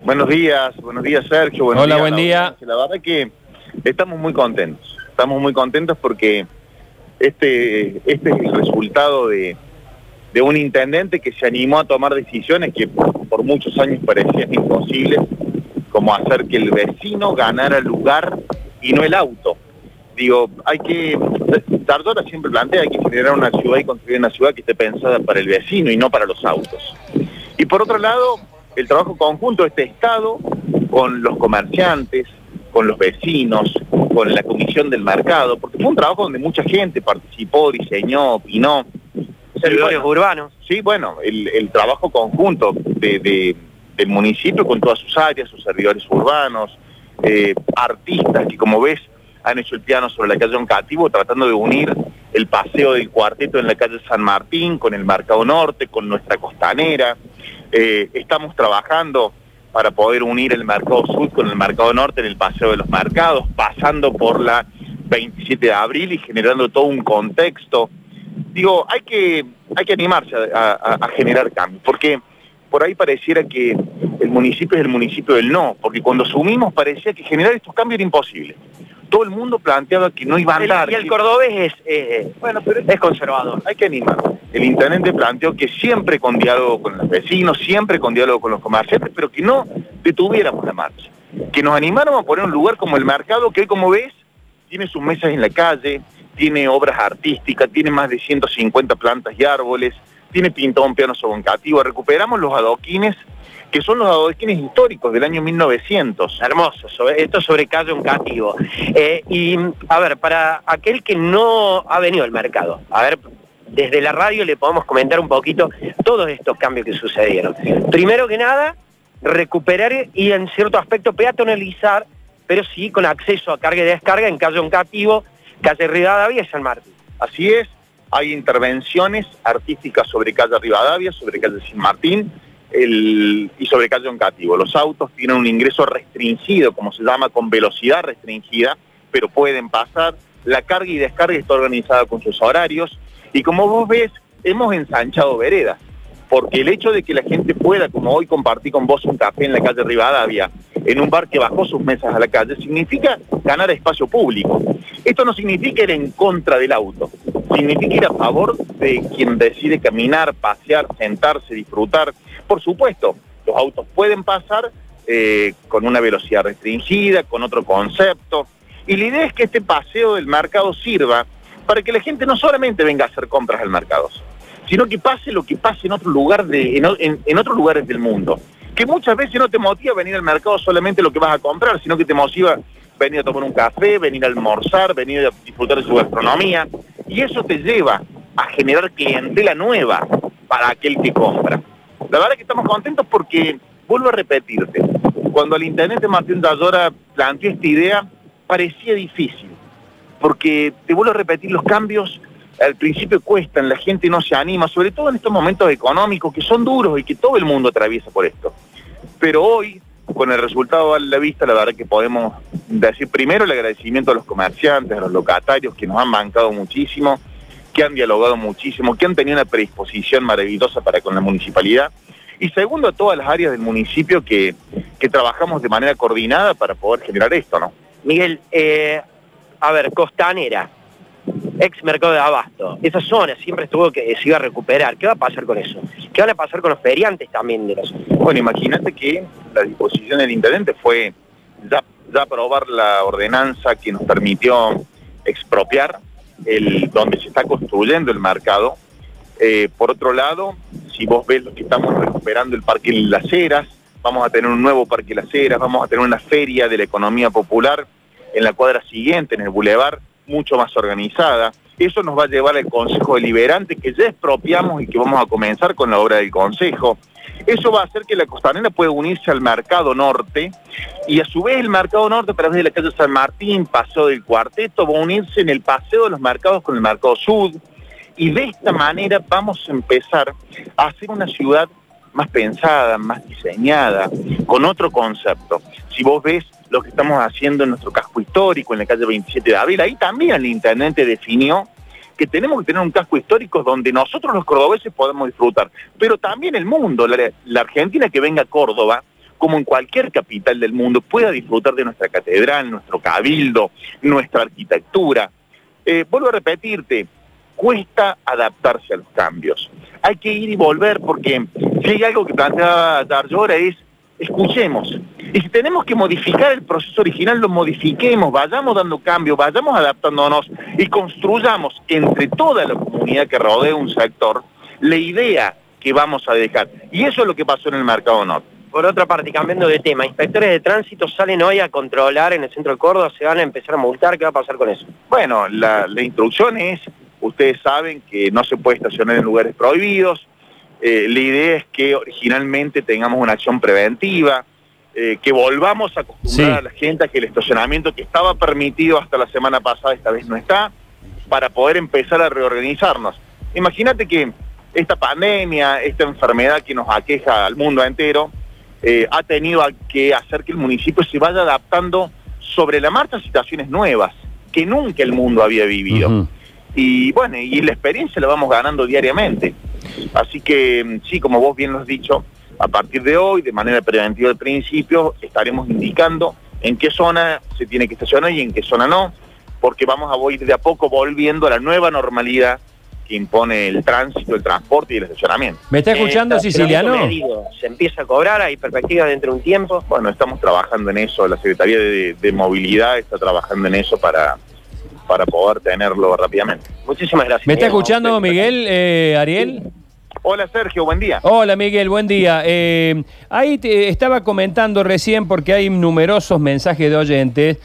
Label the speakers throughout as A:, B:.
A: Buenos días Sergio. Buenos
B: Hola,
A: días,
B: buen día.
A: La verdad que estamos muy contentos porque este es el resultado de un intendente que se animó a tomar decisiones que por muchos años parecían imposibles, como hacer que el vecino ganara lugar y no el auto. Digo, Dardora siempre plantea que hay que generar una ciudad y construir una ciudad que esté pensada para el vecino y no para los autos. Y por otro lado, el trabajo conjunto de este Estado con los comerciantes, con los vecinos, con la comisión del mercado, porque fue un trabajo donde mucha gente participó, diseñó, opinó.
C: Servidores urbanos.
A: Sí, bueno, el trabajo conjunto del municipio con todas sus áreas, sus servidores urbanos, artistas que, como ves, han hecho el piano sobre la calle Oncativo, tratando de unir el paseo del cuarteto en la calle San Martín con el Mercado Norte, con nuestra costanera. Estamos trabajando para poder unir el Mercado Sur con el Mercado Norte en el paseo de los mercados, pasando por la 27 de abril y generando todo un contexto. Digo, hay que animarse a generar cambios, porque por ahí pareciera que el municipio es el municipio del no, porque cuando asumimos parecía que generar estos cambios era imposible. Todo el mundo planteaba que no iba a andar.
C: Y el cordobés es conservador.
A: Hay que animar. El intendente planteó que siempre con diálogo con los vecinos, siempre con diálogo con los comerciantes, pero que no detuviéramos la marcha. Que nos animáramos a poner un lugar como el mercado, que hoy, como ves, tiene sus mesas en la calle, tiene obras artísticas, tiene más de 150 plantas y árboles, tiene pintado un piano Oncativo. Recuperamos los adoquines, que son los adoquines históricos del año 1900.
C: Hermoso, esto sobre calle Oncativo. Y, a ver, para aquel que no ha venido al mercado, a ver, desde la radio le podemos comentar un poquito todos estos cambios que sucedieron. Primero que nada, recuperar y en cierto aspecto peatonalizar, pero sí con acceso a carga y descarga en calle Oncativo, calle Rivadavia y San Martín.
A: Así es, hay intervenciones artísticas sobre calle Rivadavia, sobre calle San Martín, y sobre calle Oncativo. Los autos tienen un ingreso restringido, como se llama, con velocidad restringida, pero pueden pasar. La carga y descarga está organizada con sus horarios, y como vos ves, hemos ensanchado veredas, porque el hecho de que la gente pueda, como hoy compartí con vos un café en la calle Rivadavia, en un bar que bajó sus mesas a la calle, significa ganar espacio público. Esto no significa ir en contra del auto, significa ir a favor de quien decide caminar, pasear, sentarse, disfrutar. Por supuesto, los autos pueden pasar con una velocidad restringida, con otro concepto, y la idea es que este paseo del mercado sirva para que la gente no solamente venga a hacer compras al mercado, sino que pase lo que pase en otro lugar en otros lugares del mundo, que muchas veces no te motiva venir al mercado solamente lo que vas a comprar, sino que te motiva venir a tomar un café, venir a almorzar, venir a disfrutar de su gastronomía, y eso te lleva a generar clientela nueva para aquel que compra. La verdad es que estamos contentos porque, vuelvo a repetirte, cuando el intendente Martín Dardora planteó esta idea, parecía difícil, porque te vuelvo a repetir, los cambios al principio cuestan, la gente no se anima, sobre todo en estos momentos económicos que son duros y que todo el mundo atraviesa por esto. Pero hoy, con el resultado a la vista, la verdad que podemos decir primero el agradecimiento a los comerciantes, a los locatarios que nos han bancado muchísimo, que han dialogado muchísimo, que han tenido una predisposición maravillosa para con la municipalidad. Y segundo, a todas las áreas del municipio que trabajamos de manera coordinada para poder generar esto, ¿no?
C: Miguel, a ver, Costanera, ex mercado de abasto, esa zona siempre estuvo que se iba a recuperar. ¿Qué va a pasar con eso? ¿Qué van a pasar con los feriantes también de la zona?
A: Bueno, imagínate que la disposición del intendente fue ya aprobar la ordenanza que nos permitió expropiar donde se está construyendo el mercado. Por otro lado, si vos ves lo que estamos recuperando el Parque Las Heras, vamos a tener un nuevo Parque Las Heras, vamos a tener una feria de la economía popular en la cuadra siguiente, en el Boulevard, mucho más organizada. Eso nos va a llevar al Consejo Deliberante, que ya expropiamos y que vamos a comenzar con la obra del Consejo. Eso va a hacer que la Costanera pueda unirse al Mercado Norte, y a su vez el Mercado Norte, a través de la calle San Martín, Paseo del Cuarteto, va a unirse en el Paseo de los Mercados con el Mercado Sur, y de esta manera vamos a empezar a hacer una ciudad más pensada, más diseñada, con otro concepto. Si vos ves lo que estamos haciendo en nuestro casco histórico, en la calle 27 de abril, ahí también el intendente definió que tenemos que tener un casco histórico donde nosotros los cordobeses podemos disfrutar, pero también el mundo, la Argentina que venga a Córdoba, como en cualquier capital del mundo, pueda disfrutar de nuestra catedral, nuestro cabildo, nuestra arquitectura. Vuelvo a repetirte, cuesta adaptarse a los cambios. Hay que ir y volver, porque si hay algo que plantea Darío ahora es, escuchemos. Y si tenemos que modificar el proceso original, lo modifiquemos, vayamos dando cambios, vayamos adaptándonos y construyamos entre toda la comunidad que rodea un sector la idea que vamos a dejar. Y eso es lo que pasó en el Mercado Norte.
C: Por otra parte, cambiando de tema, inspectores de tránsito salen hoy a controlar en el centro de Córdoba, se van a empezar a multar, ¿qué va a pasar con eso?
A: Bueno, la instrucción es, ustedes saben que no se puede estacionar en lugares prohibidos, la idea es que originalmente tengamos una acción preventiva, que volvamos a acostumbrar a la gente a que el estacionamiento que estaba permitido hasta la semana pasada esta vez no está, para poder empezar a reorganizarnos. Imagínate que esta pandemia, esta enfermedad que nos aqueja al mundo entero, ha tenido que hacer que el municipio se vaya adaptando sobre la marcha a situaciones nuevas que nunca el mundo había vivido. Y bueno, y la experiencia la vamos ganando diariamente. Así que sí, como vos bien lo has dicho, a partir de hoy, de manera preventiva al principio, estaremos indicando en qué zona se tiene que estacionar y en qué zona no, porque vamos a ir de a poco volviendo a la nueva normalidad que impone el tránsito, el transporte y el estacionamiento.
B: ¿Me está escuchando, Siciliano?
C: ¿Se empieza a cobrar? ¿Hay perspectiva dentro de un tiempo?
A: Bueno, estamos trabajando en eso, la Secretaría de Movilidad está trabajando en eso para poder tenerlo rápidamente.
C: Muchísimas gracias.
B: ¿Me está escuchando, Miguel, Ariel?
A: Hola Sergio, buen día.
B: Hola Miguel, buen día. Ahí te estaba comentando recién, porque hay numerosos mensajes de oyentes.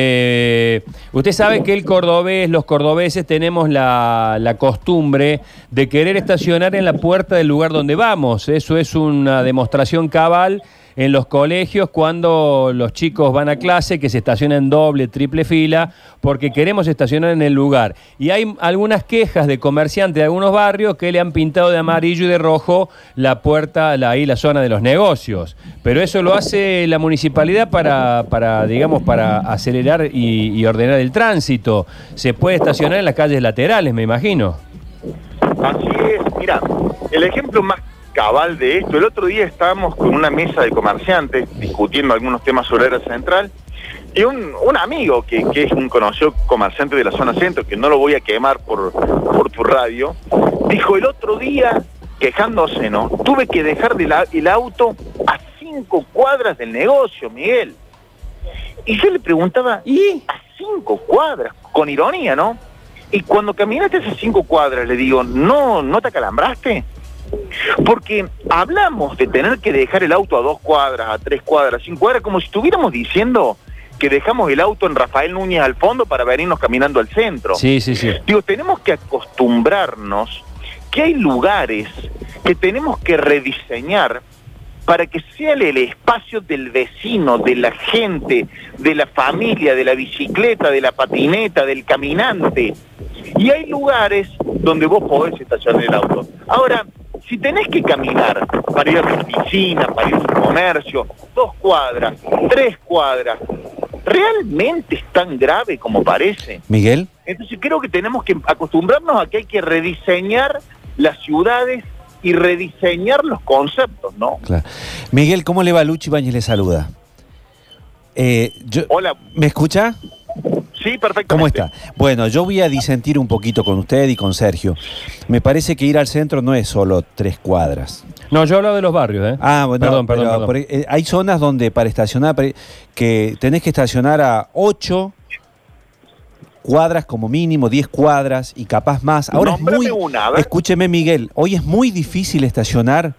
B: Usted sabe que los cordobeses tenemos la costumbre de querer estacionar en la puerta del lugar donde vamos. Eso es una demostración cabal en los colegios cuando los chicos van a clase, que se estacionan en doble, triple fila, porque queremos estacionar en el lugar. Y hay algunas quejas de comerciantes de algunos barrios que le han pintado de amarillo y de rojo la puerta, ahí la zona de los negocios. Pero eso lo hace la municipalidad para acelerar y ordenar el tránsito. Se puede estacionar en las calles laterales, me imagino.
A: Así es, mira, el ejemplo más cabal de esto, el otro día estábamos con una mesa de comerciantes discutiendo algunos temas sobre la central y un amigo que es un conocido comerciante de la zona centro, que no lo voy a quemar por tu radio, dijo el otro día, quejándose, ¿no? Tuve que dejar el auto a 5 cuadras del negocio, Miguel. Y yo le preguntaba, ¿y? ¿A 5 cuadras? Con ironía, ¿no? Y cuando caminaste esas 5 cuadras, le digo, ¿no te acalambraste? Porque hablamos de tener que dejar el auto a 2 cuadras, a 3 cuadras, 5 cuadras, como si estuviéramos diciendo que dejamos el auto en Rafael Núñez al fondo para venirnos caminando al centro.
B: Sí.
A: Digo, tenemos que acostumbrarnos que hay lugares que tenemos que rediseñar para que sea el espacio del vecino, de la gente, de la familia, de la bicicleta, de la patineta, del caminante. Y hay lugares donde vos podés estacionar el auto. Ahora, si tenés que caminar para ir a tu oficina, para ir a tu comercio, 2 cuadras, 3 cuadras, ¿realmente es tan grave como parece?
D: Miguel.
A: Entonces creo que tenemos que acostumbrarnos a que hay que rediseñar las ciudades y rediseñar los conceptos, ¿no?
D: Claro. Miguel, ¿cómo le va? Luchi Ibáñez le saluda.
A: Hola.
D: ¿Me escucha?
A: Sí, perfectamente.
D: ¿Cómo está? Bueno, yo voy a disentir un poquito con usted y con Sergio. Me parece que ir al centro no es solo 3 cuadras.
B: No, yo hablo de los barrios, ¿eh?
D: Ah, bueno,
B: perdón.
D: Hay zonas donde para estacionar, que tenés que estacionar a 8 cuadras como mínimo, 10 cuadras y capaz más. Ahora
A: Nómbrame
D: es muy...
A: una, a ver.
D: Escúcheme, Miguel, hoy es muy difícil estacionar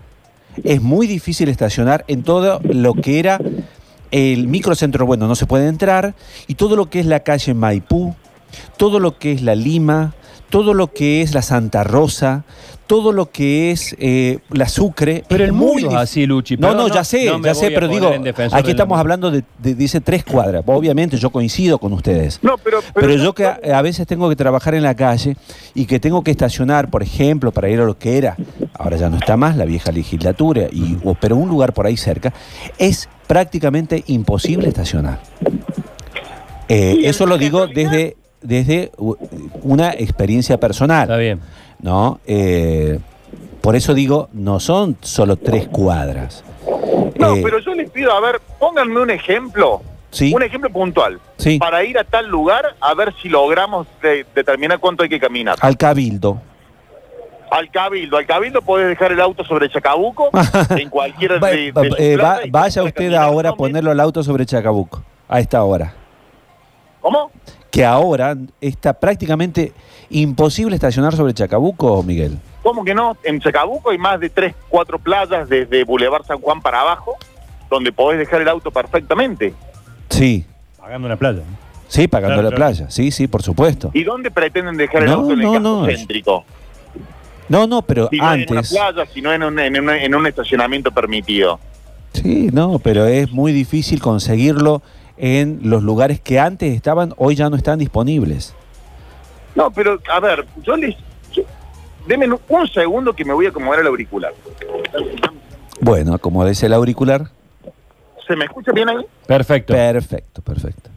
D: en todo lo que era el microcentro. Bueno, no se puede entrar, y todo lo que es la calle Maipú, todo lo que es la Lima, todo lo que es la Santa Rosa, todo lo que es la Sucre.
B: Pero el mundo es así, Luchi.
D: No, ya sé, pero digo, aquí estamos hablando de dice 3 cuadras. Obviamente yo coincido con ustedes.
A: No, pero
D: yo que a veces tengo que trabajar en la calle y que tengo que estacionar, por ejemplo, para ir a lo que era, ahora ya no está más, la vieja legislatura, pero un lugar por ahí cerca, es prácticamente imposible estacionar. Eso lo digo desde una experiencia personal.
B: Está bien.
D: ¿No? Por eso digo, no son solo 3 cuadras.
A: No, pero yo les pido, a ver, pónganme un ejemplo.
D: Sí.
A: Un ejemplo puntual.
D: Sí.
A: Para ir a tal lugar a ver si logramos determinar cuánto hay que caminar.
D: Al Cabildo.
A: Al Cabildo podés dejar el auto sobre Chacabuco, en cualquier de sus plazas, y
D: vaya
A: podés
D: usted
A: caminar
D: ahora a
A: 2 metros.
D: ponerlo al auto sobre Chacabuco, a esta hora.
A: ¿Cómo?
D: Que ahora está prácticamente imposible estacionar sobre Chacabuco, Miguel.
A: ¿Cómo que no? En Chacabuco hay más de 3, 4 playas desde Boulevard San Juan para abajo, donde podés dejar el auto perfectamente.
D: Sí.
B: Pagando una playa.
D: Sí, pagando
B: Claro,
D: la
B: claro.
D: playa. Sí, sí, por supuesto.
A: ¿Y dónde pretenden dejar el
D: No,
A: auto en el
D: no,
A: casco
D: no,
A: céntrico?
D: No, pero
A: Si no en una
D: antes...
A: playa, sino en un estacionamiento permitido.
D: Sí, no, pero es muy difícil conseguirlo en los lugares que antes estaban, hoy ya no están disponibles.
A: No, pero, a ver, denme un segundo que me voy a acomodar el auricular.
D: Bueno, acomódese el auricular.
A: ¿Se me escucha bien ahí?
B: Perfecto.
D: Perfecto, perfecto.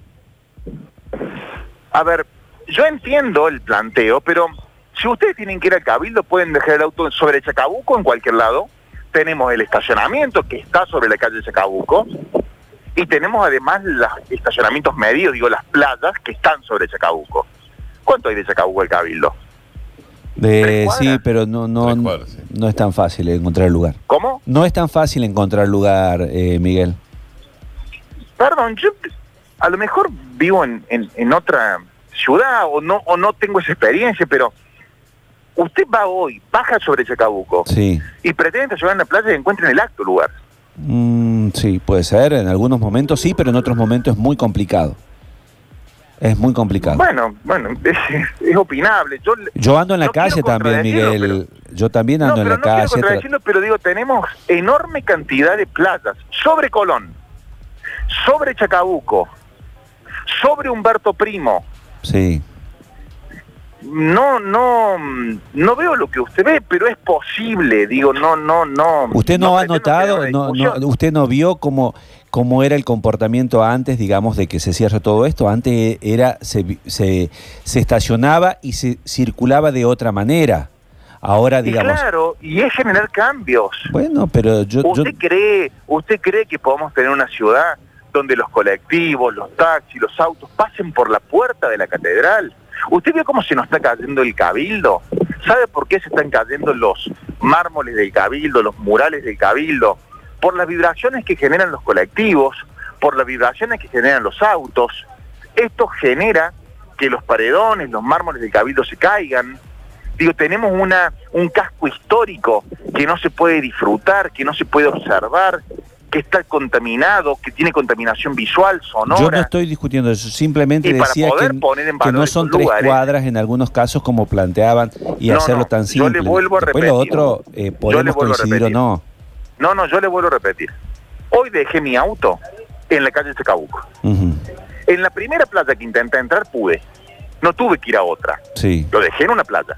A: A ver, yo entiendo el planteo, pero si ustedes tienen que ir al Cabildo, pueden dejar el auto sobre Chacabuco en cualquier lado. Tenemos el estacionamiento que está sobre la calle Chacabuco y tenemos además los estacionamientos medios, digo, las playas que están sobre Chacabuco. ¿Cuánto hay de Chacabuco al Cabildo? 3 cuadras.
D: Sí, pero no
E: 3 cuadras, sí.
D: no es tan fácil encontrar el lugar.
A: ¿Cómo?
D: No es tan fácil encontrar lugar, Miguel.
A: Perdón, yo a lo mejor vivo en otra ciudad o no tengo esa experiencia, pero usted va hoy, baja sobre Chacabuco
D: Sí.
A: y pretende estacionar en la playa y encuentra en el acto lugar.
D: Sí, puede ser, en algunos momentos sí, pero en otros momentos es muy complicado. Es muy complicado.
A: Bueno, es opinable.
D: Yo ando en la
A: no
D: calle
A: quiero
D: también,
A: contradecirlo,
D: Miguel. Yo también ando en la
A: no quiero
D: calle.
A: contradecirlo, pero digo, tenemos enorme cantidad de playas sobre Colón, sobre Chacabuco, sobre Humberto Primo.
D: Sí.
A: No veo lo que usted ve, pero es posible, digo, no.
D: ¿Usted no ha
A: pretendo
D: notado,
A: crear una discusión.
D: usted no vio cómo era el comportamiento antes, digamos, de que se cierre todo esto? Antes se estacionaba y se circulaba de otra manera. Ahora,
A: Y
D: digamos...
A: claro, y es generar cambios.
D: Bueno, pero
A: ¿Usted cree que podamos tener una ciudad donde los colectivos, los taxis, los autos pasen por la puerta de la catedral? ¿Usted vio cómo se nos está cayendo el Cabildo? ¿Sabe por qué se están cayendo los mármoles del Cabildo, los murales del Cabildo? Por las vibraciones que generan los colectivos, por las vibraciones que generan los autos. Esto genera que los paredones, los mármoles del Cabildo se caigan. Digo, tenemos un casco histórico que no se puede disfrutar, que no se puede observar, que está contaminado, que tiene contaminación visual, sonora.
D: Yo no estoy discutiendo eso, simplemente
A: Y para
D: decía
A: poder poner en
D: que
A: valor
D: no
A: esos
D: son 3
A: lugares,
D: cuadras en algunos casos como planteaban y
A: No,
D: hacerlo
A: no,
D: tan
A: yo le
D: simple.
A: vuelvo a
D: Después lo
A: repetir.
D: otro,
A: Yo le
D: podemos
A: vuelvo a
D: coincidir o
A: repetir.
D: no.
A: No, yo le vuelvo a repetir. Hoy dejé mi auto en la calle Chacabuco.
D: Ujú.
A: En la primera playa que intenté entrar pude. No tuve que ir a otra.
D: Sí.
A: Lo dejé en una playa.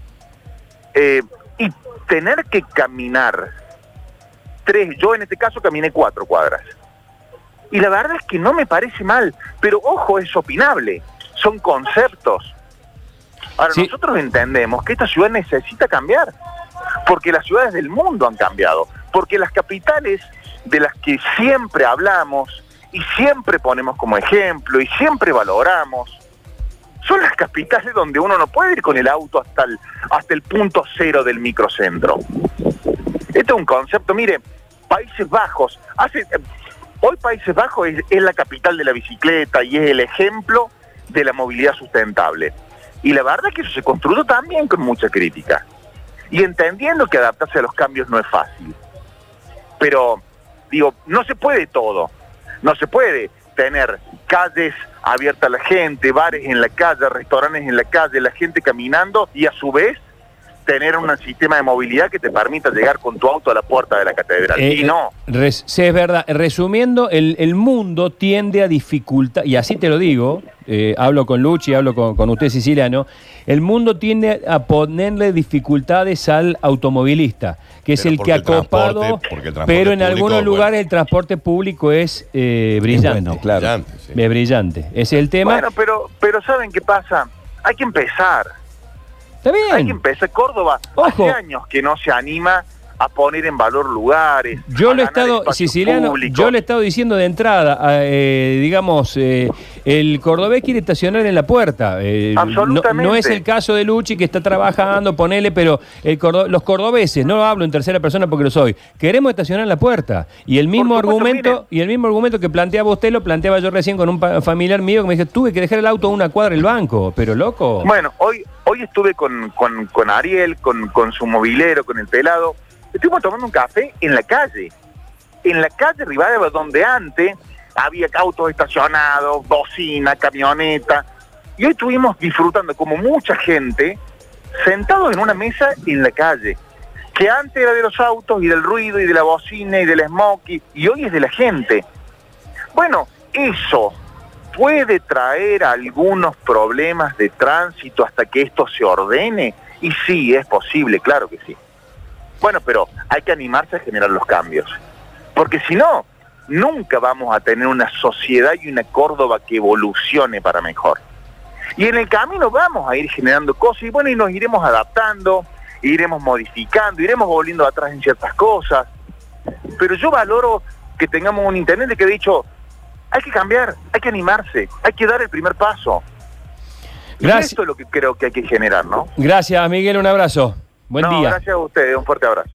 A: Y tener que caminar 3, yo en este caso caminé 4 cuadras. Y la verdad es que no me parece mal, pero ojo, es opinable, son conceptos. Ahora,
B: Sí.
A: nosotros entendemos que esta ciudad necesita cambiar, porque las ciudades del mundo han cambiado, porque las capitales de las que siempre hablamos y siempre ponemos como ejemplo y siempre valoramos, son las capitales donde uno no puede ir con el auto hasta el punto cero del microcentro. Esto es un concepto, mire, Países Bajos, hoy Países Bajos es la capital de la bicicleta y es el ejemplo de la movilidad sustentable. Y la verdad es que eso se construyó también con mucha crítica. Y entendiendo que adaptarse a los cambios no es fácil. Pero, digo, no se puede todo. No se puede tener calles abiertas a la gente, bares en la calle, restaurantes en la calle, la gente caminando y a su vez tener un sistema de movilidad que te permita llegar con tu auto a la puerta de la catedral. Y no.
B: Sí, es verdad. Resumiendo, el mundo tiende a dificultar, y así te lo digo, hablo con Luchi, hablo con usted, siciliano, el mundo tiende a ponerle dificultades al automovilista, que es
E: Pero
B: el
E: porque
B: que ha
E: el transporte-
B: copado,
E: porque el transporte
B: pero en
E: público,
B: algunos
E: bueno.
B: lugares el transporte público es brillante.
D: bueno, claro.
E: Brillante, sí.
B: Es brillante. Ese es el tema.
A: Bueno, pero ¿saben qué pasa? Hay que empezar.
B: Está
A: Hay que
B: bien.
A: empezar. Córdoba
B: Ojo.
A: hace años que no se anima a poner en valor lugares.
B: Yo
A: a
B: lo he
A: ganar
B: estado,
A: espacios
B: Siciliano,
A: públicos.
B: yo le he estado diciendo de entrada, digamos, el cordobés quiere estacionar en la puerta.
A: Absolutamente.
B: No es el caso de Luchi que está trabajando, ponele, pero los cordobeses, no hablo en tercera persona porque lo soy, queremos estacionar en la puerta. Y el mismo
A: Por supuesto,
B: argumento, y el mismo argumento que planteaba usted lo planteaba yo recién con un familiar mío que me dice, tuve que dejar el auto a una cuadra del banco, pero loco.
A: Bueno, hoy estuve con Ariel, con su mobilero, con el pelado. Estuvimos tomando un café en la calle Rivadavia, donde antes había autos estacionados, bocina, camioneta, y hoy estuvimos disfrutando como mucha gente sentados en una mesa en la calle, que antes era de los autos y del ruido y de la bocina y del smoky, y hoy es de la gente. Bueno, eso puede traer algunos problemas de tránsito hasta que esto se ordene, y sí, es posible, claro que sí. Bueno, pero hay que animarse a generar los cambios, porque si no, nunca vamos a tener una sociedad y una Córdoba que evolucione para mejor. Y en el camino vamos a ir generando cosas, y bueno, y nos iremos adaptando, iremos modificando, iremos volviendo atrás en ciertas cosas, pero yo valoro que tengamos un intendente que ha dicho, hay que cambiar, hay que animarse, hay que dar el primer paso.
B: Gracias.
A: Y esto es lo que creo que hay que generar, ¿no?
B: Gracias, Miguel, un abrazo. Buen día.
A: Gracias a ustedes, un fuerte abrazo.